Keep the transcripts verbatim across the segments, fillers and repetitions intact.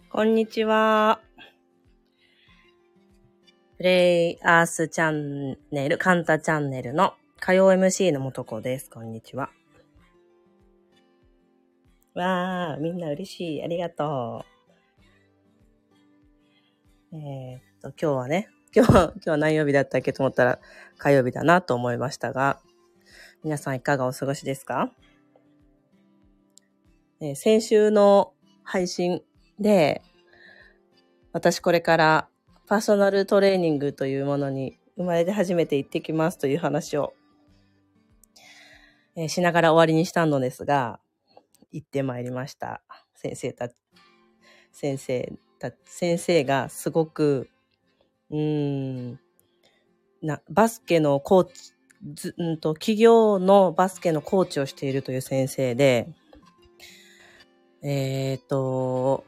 こんにちは。プレイアースチャンネル、カンタチャンネルの火曜 エムシー のもとこです。こんにちは。わー、みんな嬉しい。ありがとう。えー、っと、今日はね、今日は、今日は何曜日だったっけと思ったら火曜日だなと思いましたが、皆さんいかがお過ごしですか？えー、先週の配信で、私これからパーソナルトレーニングというものに生まれて初めて行ってきますという話を、えーしながら終わりにしたのですが、行ってまいりました。先生た先生た先生がすごくうーんなバスケのコーチずうんと企業のバスケのコーチをしているという先生で、えっと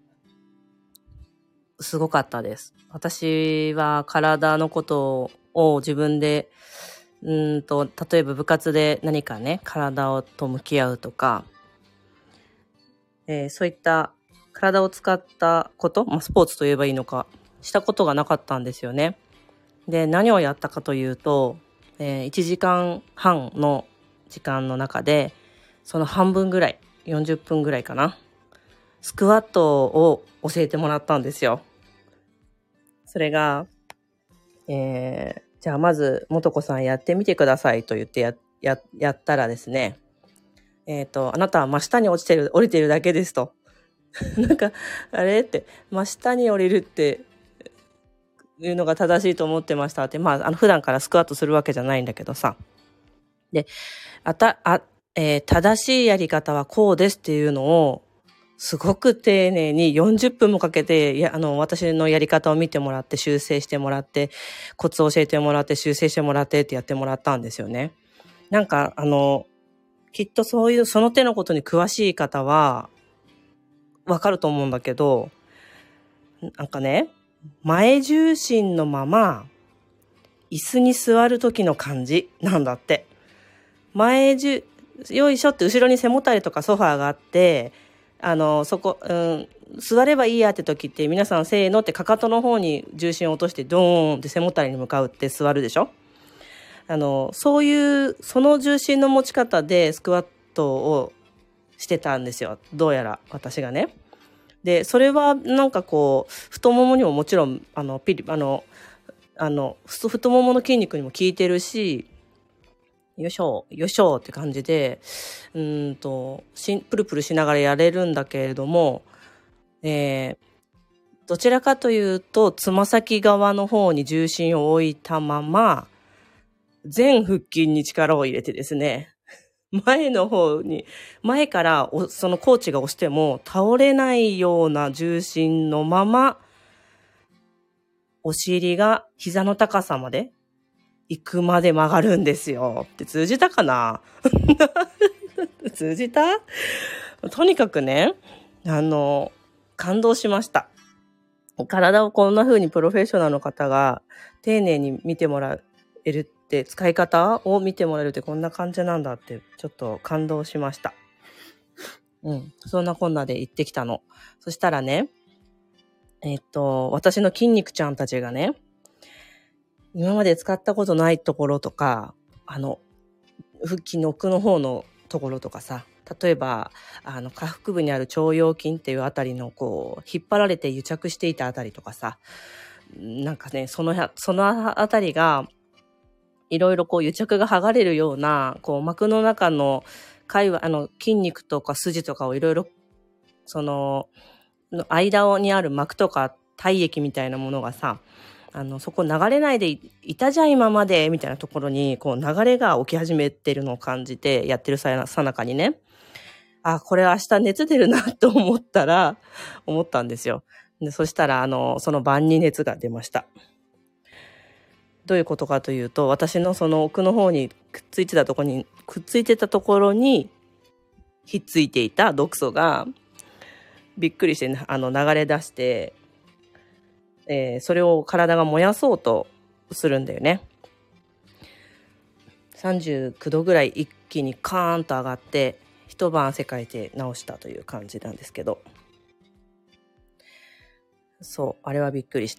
すごかったです。私は体のことを自分でうーんと例えば部活で何かね体をと向き合うとか、えーそういった体を使ったこと、まあ、スポーツと言えばいいのかしたことがなかったんですよね。で、何をやったかというと、えーいちじかんはんの時間の中でその半分ぐらい、よんじゅっぷんぐらいかな、スクワットを教えてもらったんですよ。それが、えーじゃあまずもとこさんやってみてくださいと言ってやややったらですね、えっとあなたは真下に落ちてる降りてるだけですと。なんかあれって真下に降りるっていうのが正しいと思ってましたって、まああの普段からスクワットするわけじゃないんだけどさ、であたあ、えー正しいやり方はこうですっていうのをすごく丁寧によんじゅっぷんもかけてやあの私のやり方を見てもらって修正してもらってコツを教えてもらって修正してもらってってやってもらったんですよね。なんかあのきっとそういうその手のことに詳しい方はわかると思うんだけど、なんかね、前重心のまま椅子に座る時の感じなんだって。前重よいしょって後ろに背もたれとかソファーがあって、あのそこ、うん、座ればいいやって時って皆さんせーのってかかとの方に重心を落としてドーンって背もたれに向かうって座るでしょ。あのそういうその重心の持ち方でスクワットをしてたんですよ、どうやら私がね。でそれはなんかこう太ももにももちろんあのピリあのあの太ももの筋肉にも効いてるし、よいしょよいしょって感じでうーんとしプルプルしながらやれるんだけれども、えー、どちらかというとつま先側の方に重心を置いたまま全腹筋に力を入れてですね、前の方に前からおそのコーチが押しても倒れないような重心のままお尻が膝の高さまで行くまで曲がるんですよ。って通じたかな通じた？とにかくね、あの、感動しました。体をこんな風にプロフェッショナルの方が丁寧に見てもらえるって、使い方を見てもらえるってこんな感じなんだってちょっと感動しました。うん。そんなこんなで行ってきたの。そしたらね、えっと、私の筋肉ちゃんたちがね、今まで使ったことないところとか、あの、腹筋の奥の方のところとかさ、例えば、あの、下腹部にある腸腰筋っていうあたりのこう、引っ張られて癒着していたあたりとかさ、なんかね、その辺、そのあたりが、いろいろこう癒着が剥がれるような、こう膜の中の会話、あの、筋肉とか筋とかをいろいろ、その、の間にある膜とか体液みたいなものがさ、あのそこ流れないでいたじゃん今までみたいなところにこう流れが起き始めてるのを感じてやってるさなかにね、あ、これ明日熱出るなと思ったら思ったんですよ。でそしたらあのその晩に熱が出ました。どういうことかというと、私のその奥の方にくっついてたところにくっついてたところにひっついていた毒素がびっくりして、あの流れ出して、えー、それを体が燃やそうとするんだよね。さんじゅうきゅうどぐらい一気にカーンと上がって一晩汗かいて治したという感じなんですけど、 そう、あれはびっくりした。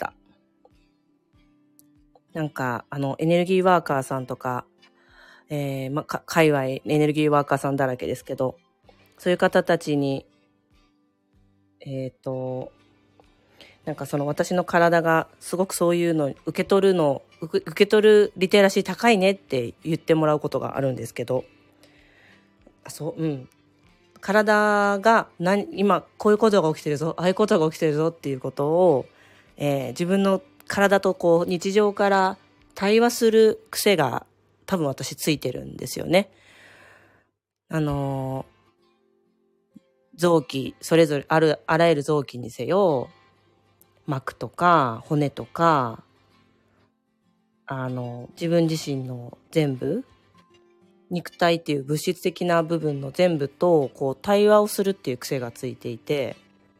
なんか、あの、エネルギーワーカーさんとか、えー、ま、か、界隈、エネルギーワーカーさんだらけですけど、そういう方たちに、えっと、なんかその私の体がすごくそういうの受け取るの、受け取るリテラシー高いねって言ってもらうことがあるんですけど、あ、そう、うん。体が何、今こういうことが起きてるぞ、ああいうことが起きてるぞっていうことを、えー自分の体とこう日常から対話する癖が多分私ついてるんですよね。あのー臓器、それぞれある、あらゆる臓器にせよ、膜とか骨とか、あの、自分自身の全部、肉体っていう物質的な部分の全部とこう対話をするっていう癖がついていて、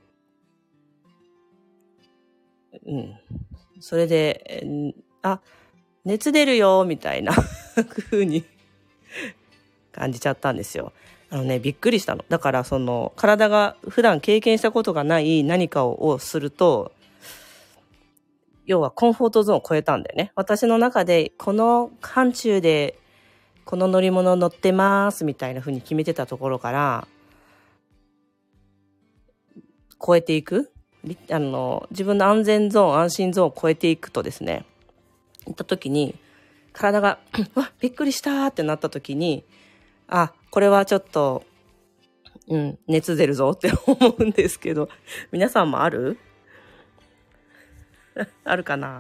うん。それで、んあ、熱出るよ、みたいな風に感じちゃったんですよ。あのね、びっくりしたの。だからその、体が普段経験したことがない何かををすると、要はコンフォートゾーンを超えたんだよね。私の中で、この範疇で、この乗り物乗ってますみたいな風に決めてたところから、超えていく。りあの、自分の安全ゾーン、安心ゾーンを超えていくとですね、行った時に、体が、わ、びっくりしたってなった時に、あ、これはちょっと、うん、熱出るぞって思うんですけど、皆さんもあるあるかな。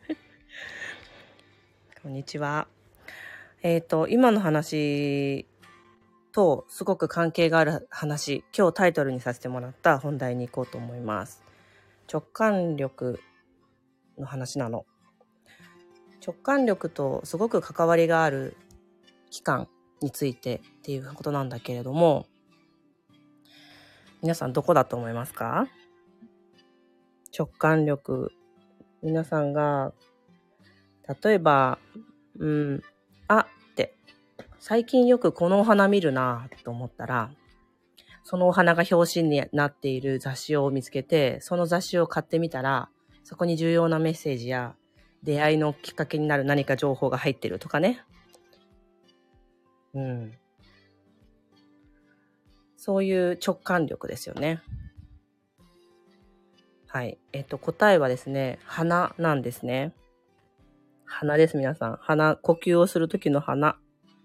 こんにちは。えっと、今の話とすごく関係がある話、今日タイトルにさせてもらった本題に行こうと思います。直感力の話なの。直感力とすごく関わりがある器官についてっていうことなんだけれども、皆さんどこだと思いますか？直感力。皆さんが、例えば、うん、あって、最近よくこのお花見るなと思ったら、そのお花が表紙になっている雑誌を見つけて、その雑誌を買ってみたら、そこに重要なメッセージや出会いのきっかけになる何か情報が入ってるとかね。うん。そういう直感力ですよね。はい。えっと、答えはですね、鼻なんですね。鼻です、皆さん。鼻、呼吸をするときの鼻。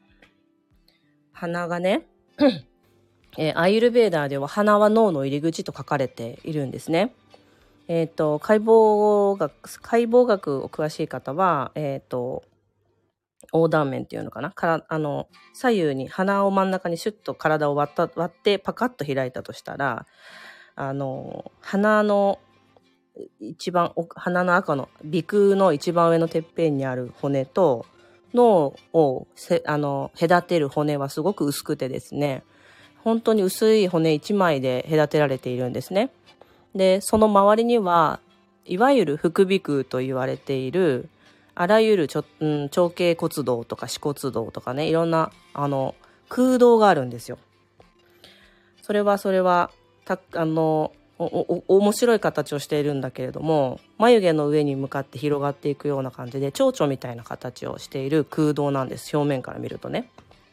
鼻がね、えーアイユルベーダーでは鼻は脳の入り口と書かれているんですね。えっと、解剖学、解剖学お詳しい方は、えっと、横断面っていうのかなから、あの、左右に鼻を真ん中にシュッと体を割った、割ってパカッと開いたとしたら、あの、鼻の一番奥、鼻の赤の鼻腔の一番上のてっぺんにある骨と脳をせあの隔てる骨はすごく薄くてですね、本当に薄い骨一枚で隔てられているんですね。で、その周りにはいわゆる副鼻腔と言われているあらゆるちょ、うん、長径骨動とか歯骨動とかね、いろんなあの空洞があるんですよ。それはそれはたあのおお面白い形をしているんだけれども、眉毛の上に向かって広がっていくような感じで蝶々みたいな形をしている空洞なんです、表面から見るとね。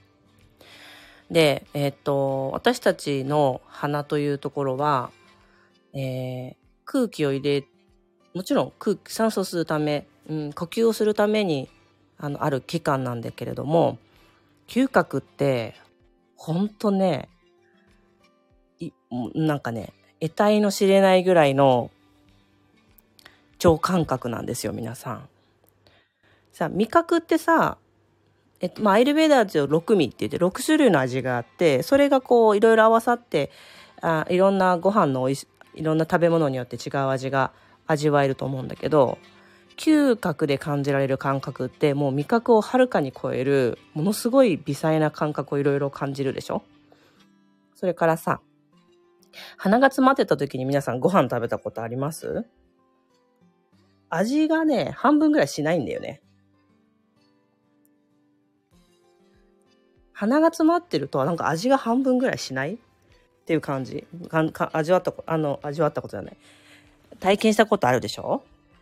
で、えーっと私たちの鼻というところは、えー空気を入れもちろん空気酸素を吸うため、うん、呼吸をするためにあのある器官なんだけれども、嗅覚ってほんとね、いなんかね、得体の知れないぐらいの超感覚なんですよ、皆さん。さあ、味覚ってさ、えっと、まあ、アイルベーダーズろく味って言ってろく種類の味があって、それがこう、いろいろ合わさって、あいろんなご飯のおいし、いろんな食べ物によって違う味が味わえると思うんだけど、嗅覚で感じられる感覚ってもう味覚をはるかに超える、ものすごい微細な感覚をいろいろ感じるでしょ。それからさ、鼻が詰まってた時に皆さんご飯食べたことあります？味がね、半分ぐらいしないんだよね。鼻が詰まってると、なんか味が半分ぐらいしないっていう感じ。かか味わったこ、あの、味わったことじゃない。 体験したことあるでしょ？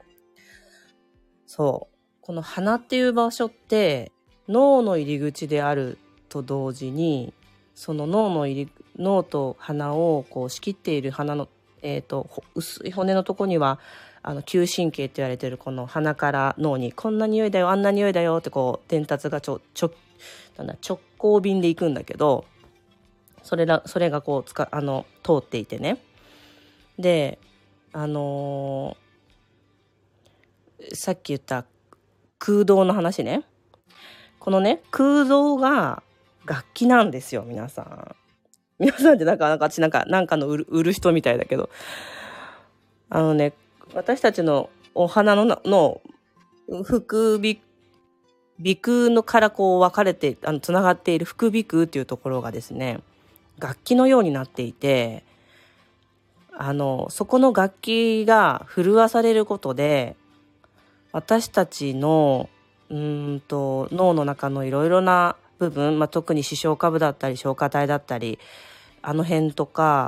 そう。この鼻っていう場所って脳の入り口であると同時に、その脳の入り、脳と鼻をこう仕切っている鼻の、えっと、薄い骨のとこには、あの、嗅神経って言われてるこの鼻から脳に、こんな匂いだよ、あんな匂いだよってこう、伝達がちょ、ちょ、なんだ、直行便で行くんだけど、それら、それがこう、つか、あの、通っていてね。で、あのーさっき言った空洞の話ね。このね、空洞が楽器なんですよ、皆さん。皆さんってなんか、なんか、私なんか、なんかの売る、売る人みたいだけど。あのね、私たちのお花の、の、副鼻、鼻腔のからこう分かれて、あの、つながっている副鼻腔っていうところがですね、楽器のようになっていて、あの、そこの楽器が震わされることで、私たちの、うーんと、脳の中のいろいろな部分、まあ、特に視床下部だったり、消化体だったり、あの辺とか、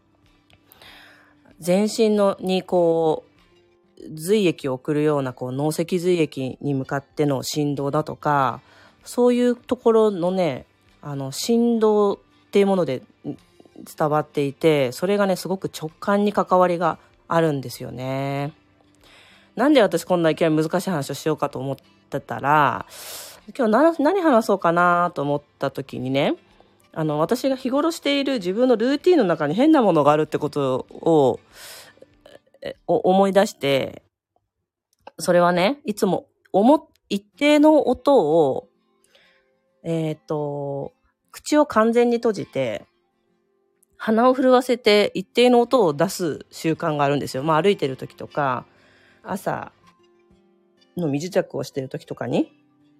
全身のにこう、髄液を送るようなこう脳脊髄液に向かっての振動だとか、そういうところのね、あの、振動っていうもので伝わっていて、それがね、すごく直感に関わりがあるんですよね。なんで私こんないきなり難しい話をしようかと思ってたら、今日何、何話そうかなと思った時にね、あの、私が日頃している自分のルーティンの中に変なものがあるってことを、を思い出して、それはね、いつも、思、一定の音を、えっと、口を完全に閉じて、鼻を震わせて一定の音を出す習慣があるんですよ。まあ歩いてる時とか、朝の身支度をしてる時とかに。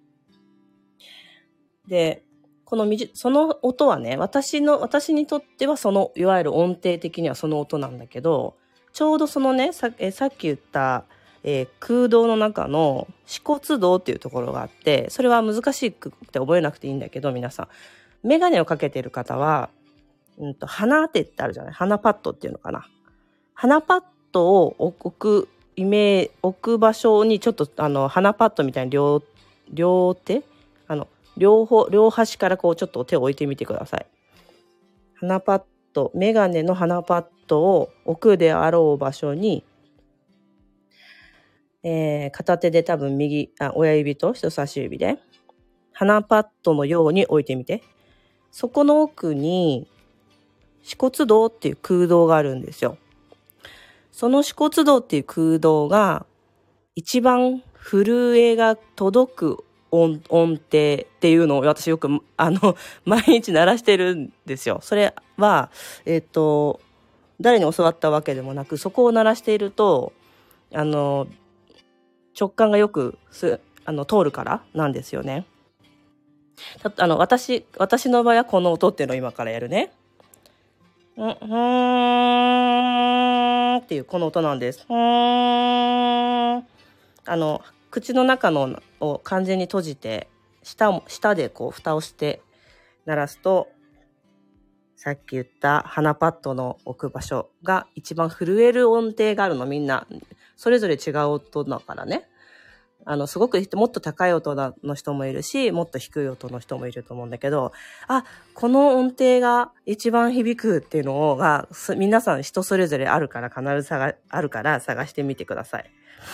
で、この身、その音はね、私の、私にとってはその、いわゆる音程的にはその音なんだけど、ちょうどそのね、さ, えさっき言った、えー、空洞の中の歯骨洞っていうところがあって、それは難しくて覚えなくていいんだけど、皆さん。メガネをかけてる方は、うんと、鼻当てってあるじゃない？鼻パッドっていうのかな。鼻パッドを置く、イメージ、置く場所にちょっと、あの、鼻パッドみたいに両、両手あの、両方、両端からこうちょっと手を置いてみてください。鼻パッド、メガネの鼻パッドを置くであろう場所に、えー、片手で多分右、あ、親指と人差し指で、鼻パッドのように置いてみて。そこの奥に、歯骨洞っていう空洞があるんですよ。その歯骨洞っていう空洞が、一番震えが届く音、音程っていうのを私よく、あの、毎日鳴らしてるんですよ。それは、えっと、誰に教わったわけでもなく、そこを鳴らしていると、あの、直感がよくす、あの、通るからなんですよね。たあの、私、私の場合はこの音っていうのを今からやるね。ん、ふーんっていうこの音なんです。ふーん。あの、口の中のを完全に閉じて、舌も、舌でこう蓋をして鳴らすと、さっき言った鼻パッドの置く場所が一番震える音程があるの、みんな。それぞれ違う音だからね。あの、すごくもっと高い音の人もいるし、もっと低い音の人もいると思うんだけど、あ、この音程が一番響くっていうのが、皆さん人それぞれあるから必ず探、あるから探してみてください。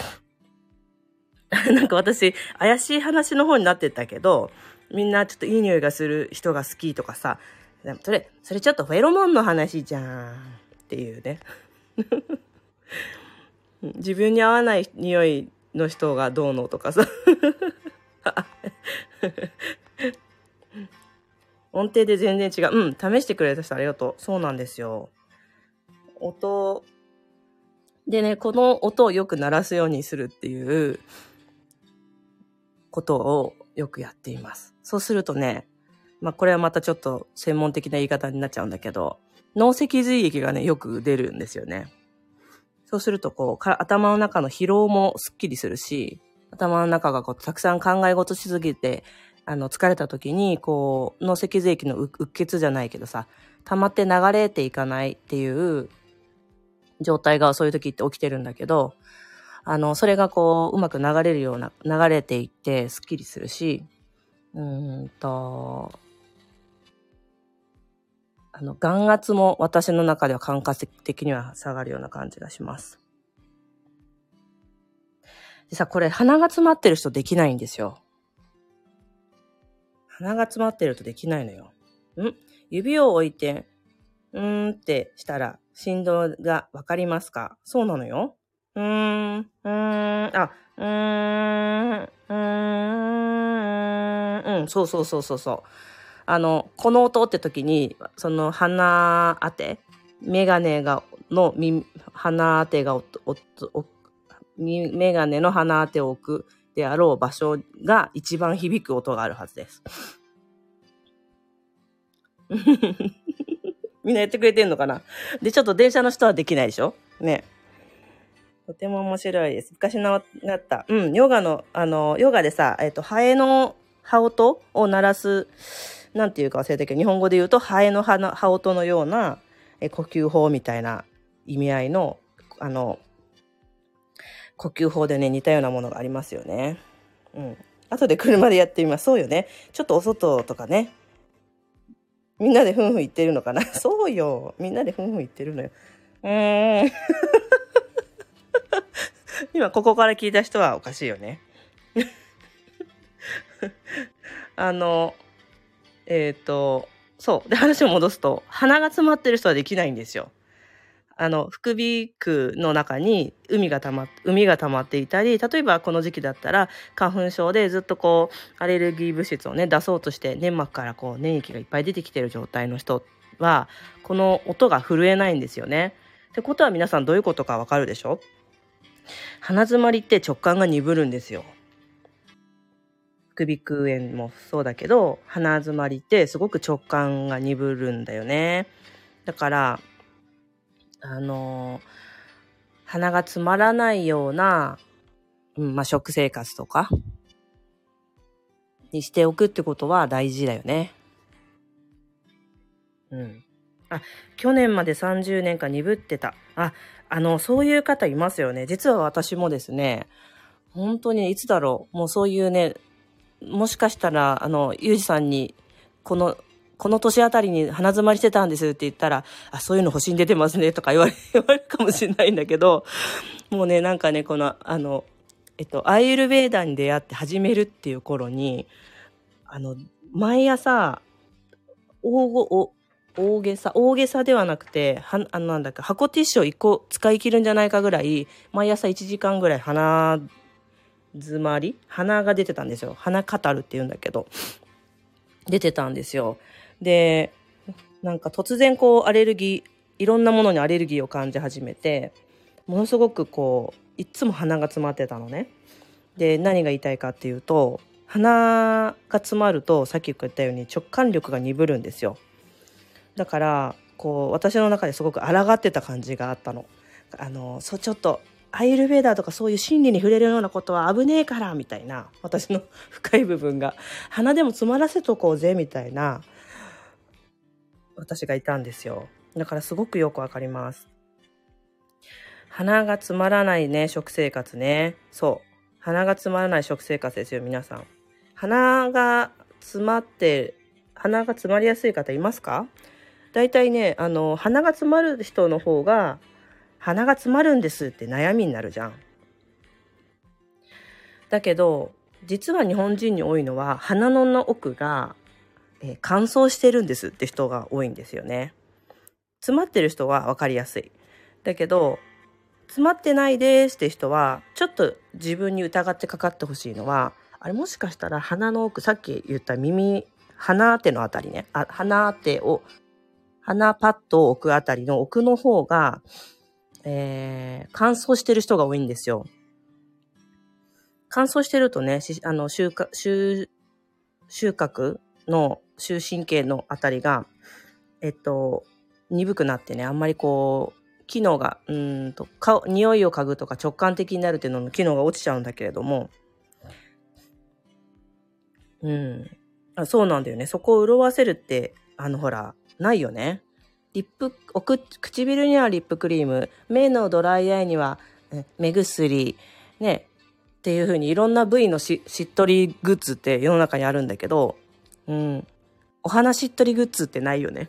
なんか私、怪しい話の方になってったけど、みんなちょっといい匂いがする人が好きとかさ、それ、それちょっとフェロモンの話じゃんっていうね。自分に合わない匂いの人がどうのとかさ。音程で全然違う。うん、試してくれた人ありがとう。そうなんですよ。音、でね、この音をよく鳴らすようにするっていうことをよくやっています。そうするとね、まあこれはまたちょっと専門的な言い方になっちゃうんだけど、脳脊髄液がね、よく出るんですよね。そうするとこう、頭の中の疲労もスッキリするし、頭の中がこうたくさん考え事しすぎて、あの疲れた時にこう脳脊髄液のうっ血じゃないけどさ、溜まって流れていかないっていう状態がそういう時って起きてるんだけど、あの、それがこう、うまく流れるような、流れていってスッキリするし、うーんと、あの、眼圧も私の中では感覚的には下がるような感じがします。でさ、これ鼻が詰まってる人できないんですよ。鼻が詰まってるとできないのよ。ん指を置いて、うーんってしたら振動がわかりますか？そうなのよ。うーん、うーん、あ、うーん、うーん、うん、そうそうそうそうそう。あの、この音って時に、その鼻当て、メガネが、の耳、鼻当てがお、お、お、みメガネの鼻当てを置くであろう場所が一番響く音があるはずです。みんなやってくれてんのかな。で、ちょっと電車の人はできないでしょね。とても面白いです。昔のなった。うん、ヨガの、あの、ヨガでさ、えっと、ハエの羽音を鳴らす、なんていうか忘れたけど、日本語で言うと、ハエの羽羽音のようなえ呼吸法みたいな意味合いの、あの、呼吸法でね、似たようなものがありますよね。うん。後で車でやってみます。そうよね。ちょっとお外とかね。みんなでふんふん言ってるのかな。そうよ。みんなでふんふん言ってるのよ。うーん。今ここから聞いた人はおかしいよね。あの、えっと、そう。で、話を戻すと、鼻が詰まってる人はできないんですよ。あの、副鼻腔の中に海が溜まっ、海が溜まっていたり、例えばこの時期だったら花粉症でずっとこう、アレルギー物質をね、出そうとして粘膜からこう、粘液がいっぱい出てきてる状態の人は、この音が震えないんですよね。ってことは皆さんどういうことかわかるでしょ？鼻詰まりって直感が鈍るんですよ。副鼻腔炎もそうだけど、鼻詰まりってすごく直感が鈍るんだよね。だから、あのー鼻が詰まらないような、うん、まあ、食生活とかにしておくってことは大事だよね。うん。あ、去年までさんじゅうねんかん鈍ってた。あ、あの、そういう方いますよね。実は私もですね、本当にいつだろう。もうそういうね、もしかしたら、あの、ゆうじさんに、この、この年あたりに鼻詰まりしてたんですって言ったら、あ、そういうの星に出てますねとか言われ、言われるかもしれないんだけど、もうね、なんかね、この、あの、えっと、アイルベーダに出会って始めるっていう頃に、あの、毎朝、大ご、お大げさ、大げさではなくて、は、あの、なんだっけ、箱ティッシュをいっこ使い切るんじゃないかぐらい、毎朝いちじかんぐらい鼻詰まり鼻が出てたんですよ。鼻カタルって言うんだけど、出てたんですよ。で、なんか突然こう、アレルギー、いろんなものにアレルギーを感じ始めて、ものすごくこう、いっつも鼻が詰まってたのね。で、何が言いたいかっていうと、鼻が詰まると、さっき言ったように直感力が鈍るんですよ。だから、こう、私の中ですごく抗ってた感じがあったの。あの、そう、ちょっと、アイルベーダーとかそういう心理に触れるようなことは危ねえから、みたいな、私の深い部分が、鼻でも詰まらせとこうぜ、みたいな、私がいたんですよ。だからすごくよくわかります。鼻が詰まらないね、食生活ね。そう。鼻が詰まらない食生活ですよ、皆さん。鼻が詰まって、鼻が詰まりやすい方いますか？だいたいね、あの、鼻が詰まる人の方が、鼻が詰まるんですって悩みになるじゃん。だけど、実は日本人に多いのは、鼻の奥が、えー乾燥してるんですって人が多いんですよね。詰まってる人は分かりやすい。だけど、詰まってないですって人は、ちょっと自分に疑ってかかってほしいのは、あれもしかしたら鼻の奥、さっき言った耳、鼻当てのあたりね、あ、鼻当てを、鼻パッドを置くあたりの奥の方が、えー、乾燥してる人が多いんですよ。乾燥してるとね、しあの、収穫、収、収穫の収神経のあたりが、えっと、鈍くなってね、あんまりこう、機能が、うーんと、顔、匂いを嗅ぐとか直感的になるっていうのの機能が落ちちゃうんだけれども、うん。あ、そうなんだよね。そこを潤わせるって、あの、ほら、ないよね。 リップ、おく、唇にはリップクリーム、目のドライアイには目薬、ね、っていう風にいろんな部位のし、しっとりグッズって世の中にあるんだけど、うん。お花しっとりグッズってないよね。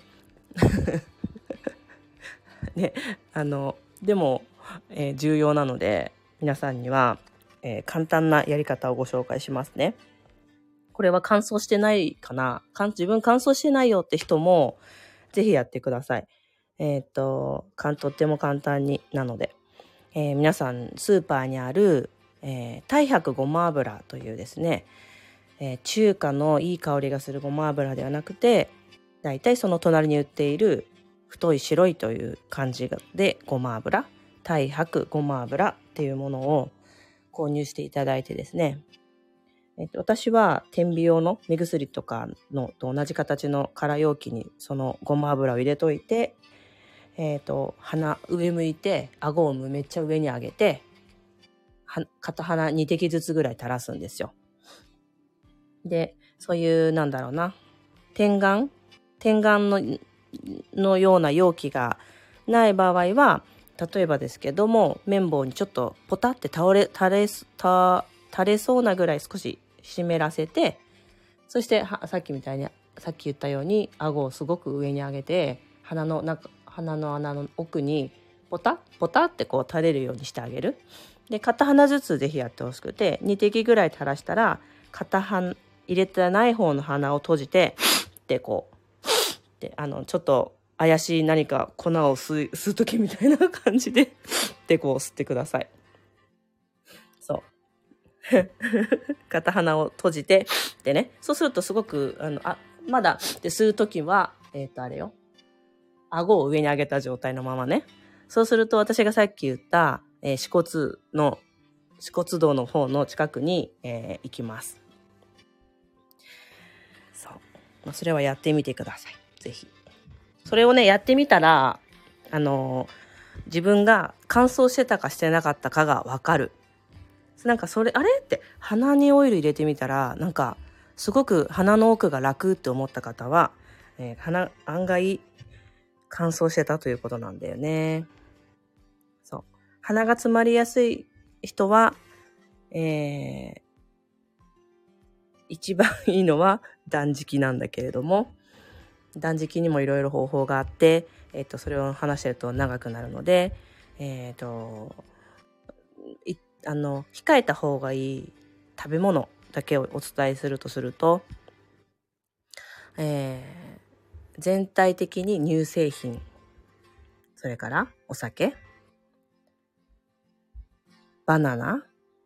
ね、あの、でも、えー重要なので、皆さんには、えー簡単なやり方をご紹介しますね。これは乾燥してないかな、かん自分乾燥してないよって人も、ぜひやってください。えっ、と、かんとっても簡単になので、えー皆さんスーパーにある、えー、太白ごま油というですね、えー中華のいい香りがするごま油ではなくて、だいたいその隣に売っている太い白いという感じでごま油、太白ごま油っていうものを購入していただいてですね、えっと、私は点鼻用の目薬とかのと同じ形の空容器にそのごま油を入れといて、えっと、鼻上向いて顎をめっちゃ上に上げて、は片鼻に滴ずつぐらい垂らすんですよ。で、そういうなんだろうな、点眼点眼ののような容器がない場合は、例えばですけども、綿棒にちょっとポタって倒れ垂れた垂れそうなぐらい少し湿らせて、そしてはさっきみたいにさっき言ったように顎をすごく上に上げて、鼻の中鼻の穴の奥にポタッポタってこう垂れるようにしてあげる。で、片鼻ずつぜひやってほしくて、に滴ぐらい垂らしたら、片鼻入れてない方の鼻を閉じてでこうで、あのちょっと怪しい何か粉を吸う吸う時みたいな感じででこう吸ってください。そう片鼻を閉じてでね、そうするとすごくあのあまだで吸う時はえっ、とあれよ、顎を上に上げた状態のままね。そうすると私がさっき言った、えー、歯骨の歯骨道の方の近くに、えー行きます。そう、まあ、それはやってみてください。ぜひ。それをねやってみたら、あのー自分が乾燥してたかしてなかったかがわかる。なんかそれあれって鼻にオイル入れてみたらなんかすごく鼻の奥が楽って思った方は、えー鼻案外乾燥してたということなんだよね。そう。鼻が詰まりやすい人は、えー一番いいのは断食なんだけれども、断食にもいろいろ方法があって、えっと、それを話してると長くなるので、えっと、いあの、控えた方がいい食べ物だけをお伝えするとすると、えー全体的に乳製品、それからお酒、バナナ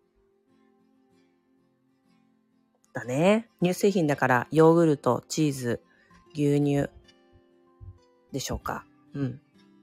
だね。乳製品だからヨーグルト、チーズ、牛乳でしょうか。うん。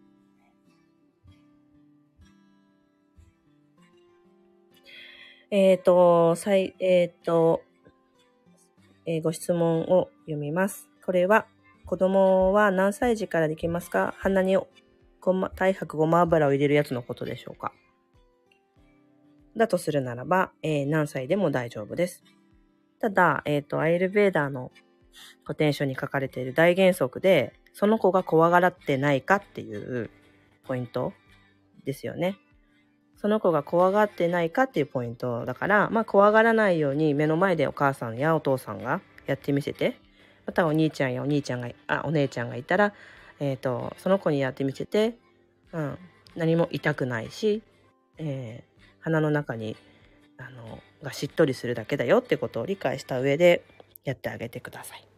えっ、と、さい、えっ、と、えーご質問を読みます。これは、子供は何歳児からできますか？鼻にごま、太白ごま油を入れるやつのことでしょうか？だとするならば、えー何歳でも大丈夫です。ただ、えっ、と、アイルベーダーの古典書に書かれている大原則で、その子が怖がってないかっていうポイントですよね。その子が怖がってないかっていうポイントだから、まあ怖がらないように目の前でお母さんやお父さんがやってみせて、またお兄ちゃんやお兄ちゃんが、あ、お姉ちゃんがいたら、えっ、と、その子にやってみせて、うん、何も痛くないし、えー鼻の中に、あの、がしっとりするだけだよってことを理解した上でやってあげてください。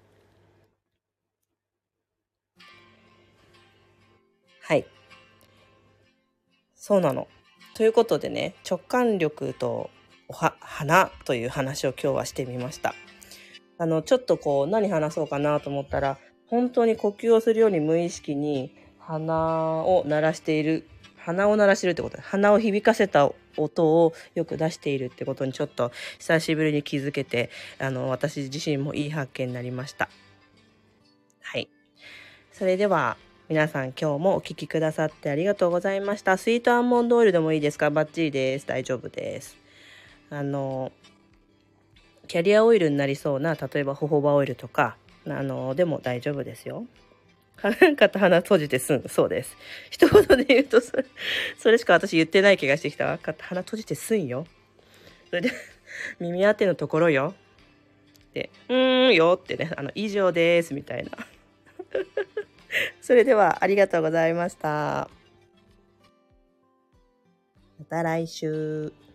はい。そうなの。ということでね、直感力とおは鼻という話を今日はしてみました。あの、ちょっとこう、何話そうかなと思ったら、本当に呼吸をするように無意識に鼻を鳴らしている、鼻を鳴らしているってことで、鼻を響かせた音をよく出しているってことにちょっと久しぶりに気づけて、あの、私自身もいい発見になりました。はい。それでは、皆さん今日もお聞きくださってありがとうございました。スイートアーモンドオイルでもいいですか？バッチリです。大丈夫です。あの、キャリアオイルになりそうな、例えばホホバオイルとか、あの、でも大丈夫ですよ。 片鼻閉じてすん。そうです。一言で言うとそれ、それしか私言ってない気がしてきたわ。片鼻閉じてすんよ。それで、耳当てのところよ。で、うーんよってね、あの、以上です、みたいな。それでは、ありがとうございました。また来週。